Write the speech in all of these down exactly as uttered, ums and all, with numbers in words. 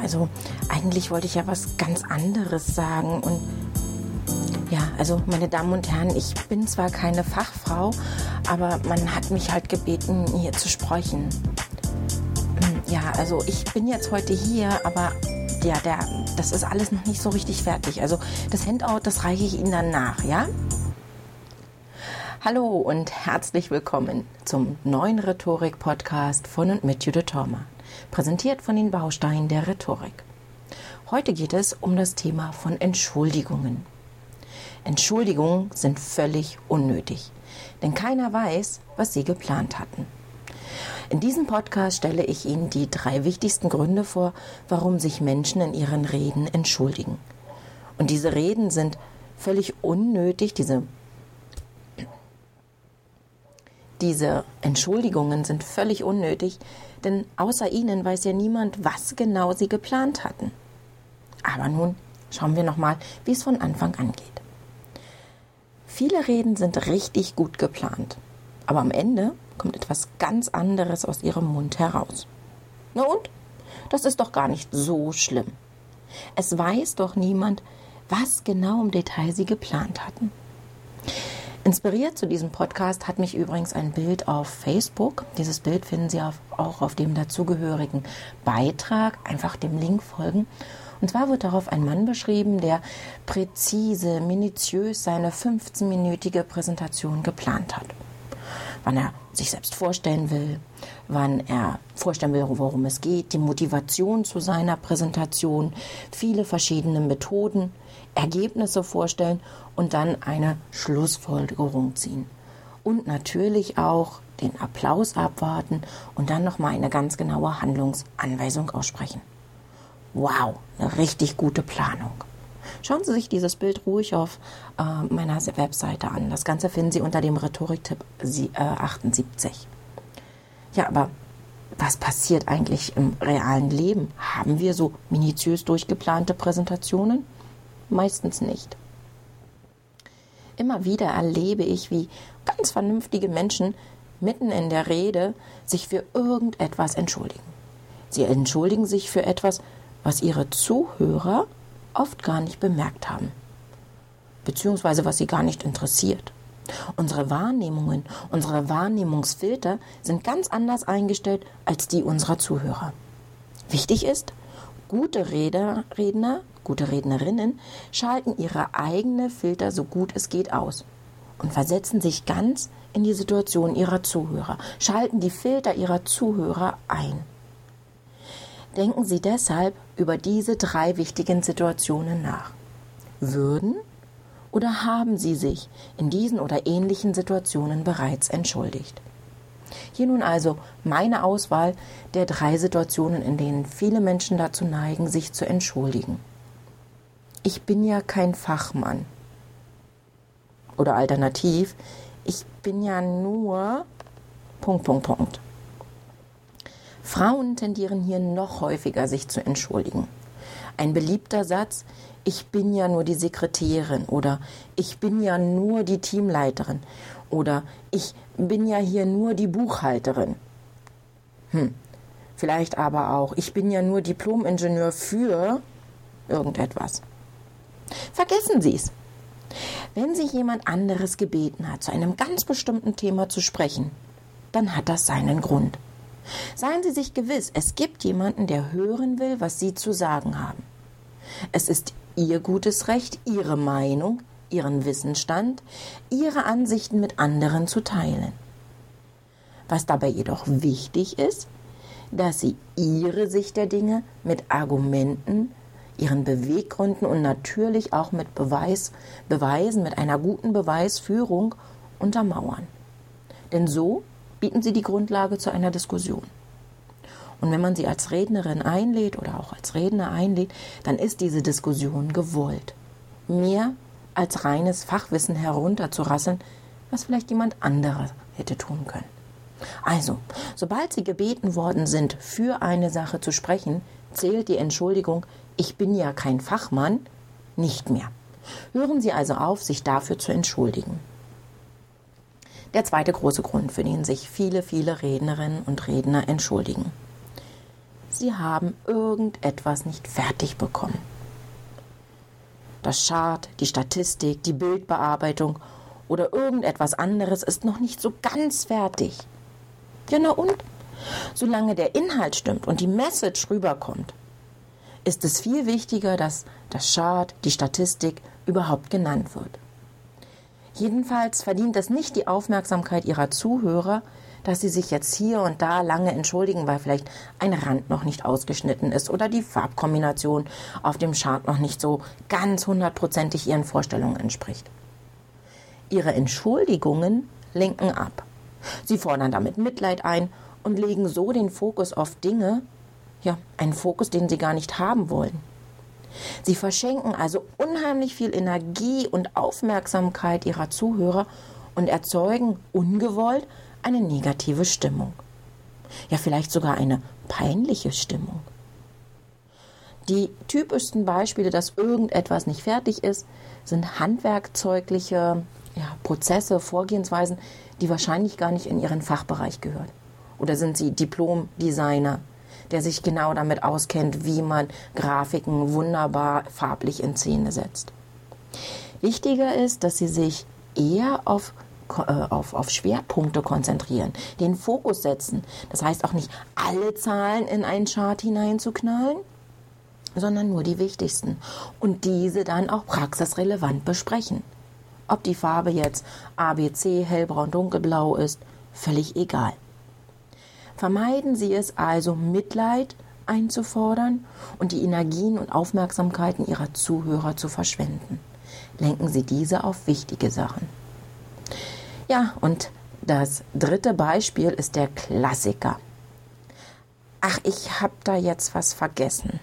also eigentlich wollte ich ja was ganz anderes sagen. Und ja, also meine Damen und Herren, ich bin zwar keine Fachfrau, aber man hat mich halt gebeten, hier zu sprechen. Ja, also ich bin jetzt heute hier, aber ja, der, das ist alles noch nicht so richtig fertig. Also das Handout, das reiche ich Ihnen dann nach, ja? Hallo und herzlich willkommen zum neuen Rhetorik-Podcast von und mit Judith Thormann, präsentiert von den Bausteinen der Rhetorik. Heute geht es um das Thema von Entschuldigungen. Entschuldigungen sind völlig unnötig, denn keiner weiß, was sie geplant hatten. In diesem Podcast stelle ich Ihnen die drei wichtigsten Gründe vor, warum sich Menschen in ihren Reden entschuldigen. Und diese Reden sind völlig unnötig, diese Diese Entschuldigungen sind völlig unnötig, denn außer Ihnen weiß ja niemand, was genau Sie geplant hatten. Aber nun schauen wir nochmal, wie es von Anfang an geht. Viele Reden sind richtig gut geplant, aber am Ende kommt etwas ganz anderes aus Ihrem Mund heraus. Na und? Das ist doch gar nicht so schlimm. Es weiß doch niemand, was genau im Detail Sie geplant hatten. Inspiriert zu diesem Podcast hat mich übrigens ein Bild auf Facebook. Dieses Bild finden Sie auf, auch auf dem dazugehörigen Beitrag. Einfach dem Link folgen. Und zwar wird darauf ein Mann beschrieben, der präzise, minutiös seine fünfzehnminütige Präsentation geplant hat. Wann er sich selbst vorstellen will, wann er vorstellen will, worum es geht, die Motivation zu seiner Präsentation, viele verschiedene Methoden, Ergebnisse vorstellen und dann eine Schlussfolgerung ziehen. Und natürlich auch den Applaus abwarten und dann nochmal eine ganz genaue Handlungsanweisung aussprechen. Wow, eine richtig gute Planung. Schauen Sie sich dieses Bild ruhig auf äh, meiner Webseite an. Das Ganze finden Sie unter dem Rhetoriktipp achtundsiebzig. Ja, aber was passiert eigentlich im realen Leben? Haben wir so minutiös durchgeplante Präsentationen? Meistens nicht. Immer wieder erlebe ich, wie ganz vernünftige Menschen mitten in der Rede sich für irgendetwas entschuldigen. Sie entschuldigen sich für etwas, was ihre Zuhörer oft gar nicht bemerkt haben, beziehungsweise was sie gar nicht interessiert. Unsere Wahrnehmungen, unsere Wahrnehmungsfilter sind ganz anders eingestellt als die unserer Zuhörer. Wichtig ist, gute Redner, Redner, gute Rednerinnen schalten ihre eigenen Filter so gut es geht aus und versetzen sich ganz in die Situation ihrer Zuhörer, schalten die Filter ihrer Zuhörer ein. Denken Sie deshalb über diese drei wichtigen Situationen nach. Würden oder haben Sie sich in diesen oder ähnlichen Situationen bereits entschuldigt? Hier nun also meine Auswahl der drei Situationen, in denen viele Menschen dazu neigen, sich zu entschuldigen. Ich bin ja kein Fachmann. Oder alternativ, ich bin ja nur... Punkt, Punkt, Punkt. Frauen tendieren hier noch häufiger, sich zu entschuldigen. Ein beliebter Satz, ich bin ja nur die Sekretärin oder ich bin ja nur die Teamleiterin oder ich bin ja hier nur die Buchhalterin. Hm, vielleicht aber auch, ich bin ja nur Diplom-Ingenieur für irgendetwas. Vergessen Sie es. Wenn Sie jemand anderes gebeten hat, zu einem ganz bestimmten Thema zu sprechen, dann hat das seinen Grund. Seien Sie sich gewiss, es gibt jemanden, der hören will, was Sie zu sagen haben. Es ist Ihr gutes Recht, Ihre Meinung, Ihren Wissensstand, Ihre Ansichten mit anderen zu teilen. Was dabei jedoch wichtig ist, dass Sie Ihre Sicht der Dinge mit Argumenten, Ihren Beweggründen und natürlich auch mit Beweis, Beweisen, mit einer guten Beweisführung untermauern. Denn so bieten Sie die Grundlage zu einer Diskussion. Und wenn man Sie als Rednerin einlädt oder auch als Redner einlädt, dann ist diese Diskussion gewollt. Mehr als reines Fachwissen herunterzurasseln, was vielleicht jemand anderes hätte tun können. Also, sobald Sie gebeten worden sind, für eine Sache zu sprechen, zählt die Entschuldigung, ich bin ja kein Fachmann, nicht mehr. Hören Sie also auf, sich dafür zu entschuldigen. Der zweite große Grund, für den sich viele, viele Rednerinnen und Redner entschuldigen. Sie haben irgendetwas nicht fertig bekommen. Das Chart, die Statistik, die Bildbearbeitung oder irgendetwas anderes ist noch nicht so ganz fertig. Ja, na und? Solange der Inhalt stimmt und die Message rüberkommt, ist es viel wichtiger, dass das Chart, die Statistik überhaupt genannt wird. Jedenfalls verdient es nicht die Aufmerksamkeit Ihrer Zuhörer, dass Sie sich jetzt hier und da lange entschuldigen, weil vielleicht ein Rand noch nicht ausgeschnitten ist oder die Farbkombination auf dem Chart noch nicht so ganz hundertprozentig Ihren Vorstellungen entspricht. Ihre Entschuldigungen lenken ab. Sie fordern damit Mitleid ein und legen so den Fokus auf Dinge, ja, einen Fokus, den Sie gar nicht haben wollen. Sie verschenken also unheimlich viel Energie und Aufmerksamkeit Ihrer Zuhörer und erzeugen ungewollt eine negative Stimmung. Ja, vielleicht sogar eine peinliche Stimmung. Die typischsten Beispiele, dass irgendetwas nicht fertig ist, sind handwerkzeugliche ja, Prozesse, Vorgehensweisen, die wahrscheinlich gar nicht in Ihren Fachbereich gehören. Oder sind Sie Diplom-Designer, der sich genau damit auskennt, wie man Grafiken wunderbar farblich in Szene setzt. Wichtiger ist, dass Sie sich eher auf, äh, auf, auf Schwerpunkte konzentrieren, den Fokus setzen. Das heißt auch nicht, alle Zahlen in einen Chart hineinzuknallen, sondern nur die wichtigsten. Und diese dann auch praxisrelevant besprechen. Ob die Farbe jetzt A B C, hellbraun, dunkelblau ist, völlig egal. Vermeiden Sie es also, Mitleid einzufordern und die Energien und Aufmerksamkeiten Ihrer Zuhörer zu verschwenden. Lenken Sie diese auf wichtige Sachen. Ja, und das dritte Beispiel ist der Klassiker. Ach, ich habe da jetzt was vergessen.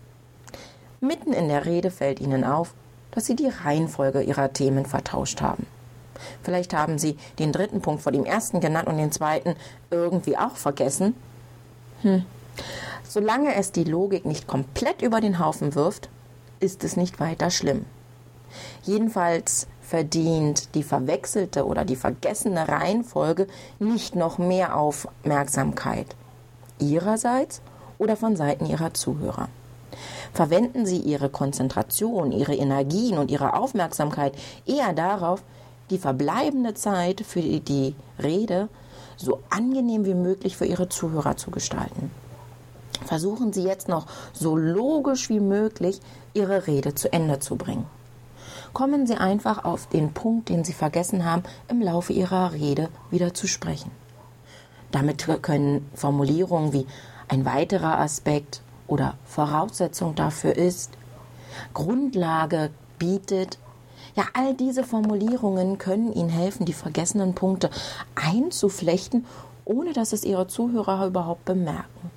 Mitten in der Rede fällt Ihnen auf, dass Sie die Reihenfolge Ihrer Themen vertauscht haben. Vielleicht haben Sie den dritten Punkt vor dem ersten genannt und den zweiten irgendwie auch vergessen. Hm. Solange es die Logik nicht komplett über den Haufen wirft, ist es nicht weiter schlimm. Jedenfalls verdient die verwechselte oder die vergessene Reihenfolge nicht noch mehr Aufmerksamkeit Ihrerseits oder von Seiten Ihrer Zuhörer. Verwenden Sie Ihre Konzentration, Ihre Energien und Ihre Aufmerksamkeit eher darauf, die verbleibende Zeit für die Rede so angenehm wie möglich für Ihre Zuhörer zu gestalten. Versuchen Sie jetzt noch so logisch wie möglich Ihre Rede zu Ende zu bringen. Kommen Sie einfach auf den Punkt, den Sie vergessen haben, im Laufe Ihrer Rede wieder zu sprechen. Damit können Formulierungen wie ein weiterer Aspekt oder Voraussetzung dafür ist, Grundlage bietet, ja, all diese Formulierungen können Ihnen helfen, die vergessenen Punkte einzuflechten, ohne dass es Ihre Zuhörer überhaupt bemerken.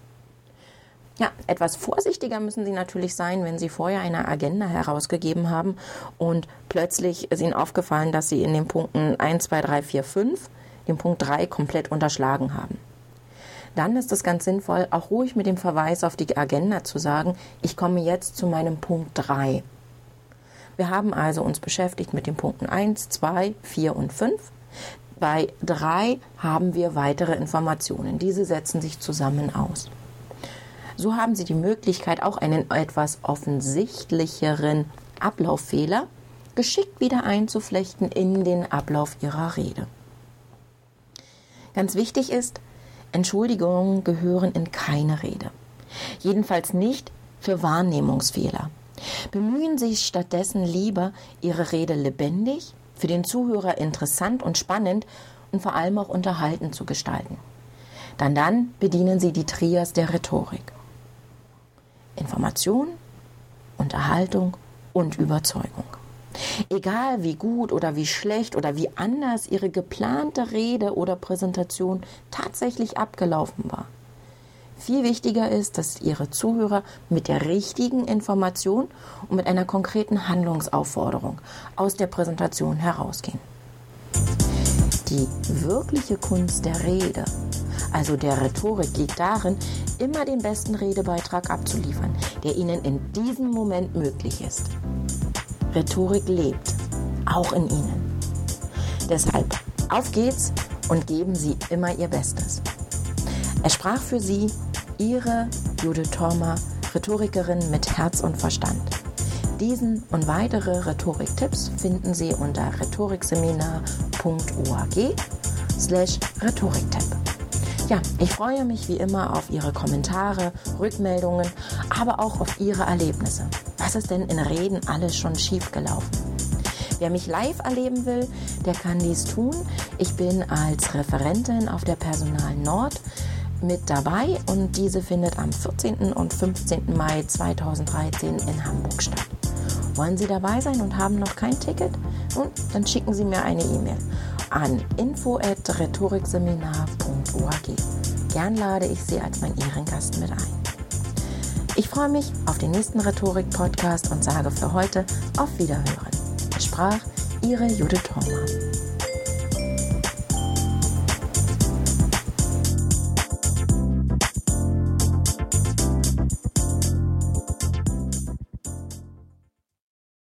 Ja, etwas vorsichtiger müssen Sie natürlich sein, wenn Sie vorher eine Agenda herausgegeben haben und plötzlich ist Ihnen aufgefallen, dass Sie in den Punkten eins, zwei, drei, vier, fünf den Punkt drei komplett unterschlagen haben. Dann ist es ganz sinnvoll, auch ruhig mit dem Verweis auf die Agenda zu sagen, ich komme jetzt zu meinem Punkt drei. Wir haben also uns beschäftigt mit den Punkten eins, zwei, vier und fünf. Bei drei haben wir weitere Informationen. Diese setzen sich zusammen aus. So haben Sie die Möglichkeit, auch einen etwas offensichtlicheren Ablauffehler geschickt wieder einzuflechten in den Ablauf Ihrer Rede. Ganz wichtig ist, Entschuldigungen gehören in keine Rede. Jedenfalls nicht für Wahrnehmungsfehler. Bemühen Sie sich stattdessen lieber, Ihre Rede lebendig, für den Zuhörer interessant und spannend und vor allem auch unterhaltend zu gestalten. Dann dann bedienen Sie die Trias der Rhetorik. Information, Unterhaltung und Überzeugung. Egal wie gut oder wie schlecht oder wie anders Ihre geplante Rede oder Präsentation tatsächlich abgelaufen war. Viel wichtiger ist, dass Ihre Zuhörer mit der richtigen Information und mit einer konkreten Handlungsaufforderung aus der Präsentation herausgehen. Die wirkliche Kunst der Rede, also der Rhetorik, liegt darin, immer den besten Redebeitrag abzuliefern, der Ihnen in diesem Moment möglich ist. Rhetorik lebt, auch in Ihnen. Deshalb, auf geht's und geben Sie immer Ihr Bestes. Es sprach für Sie, Ihre Judith Thormer, Rhetorikerin mit Herz und Verstand. Diesen und weitere Rhetorik-Tipps finden Sie unter rhetorikseminar.org slash Rhetoriktipp. Ja, ich freue mich wie immer auf Ihre Kommentare, Rückmeldungen, aber auch auf Ihre Erlebnisse. Was ist denn in Reden alles schon schiefgelaufen? Wer mich live erleben will, der kann dies tun. Ich bin als Referentin auf der Personal Nord mit dabei und diese findet am vierzehnten und fünfzehnten Mai zweitausenddreizehn in Hamburg statt. Wollen Sie dabei sein und haben noch kein Ticket? Nun, dann schicken Sie mir eine E-Mail an info at rhetorikseminar punkt org. Gern lade ich Sie als mein Ehrengast mit ein. Ich freue mich auf den nächsten Rhetorik-Podcast und sage für heute auf Wiederhören. Es sprach Ihre Judith Thormer.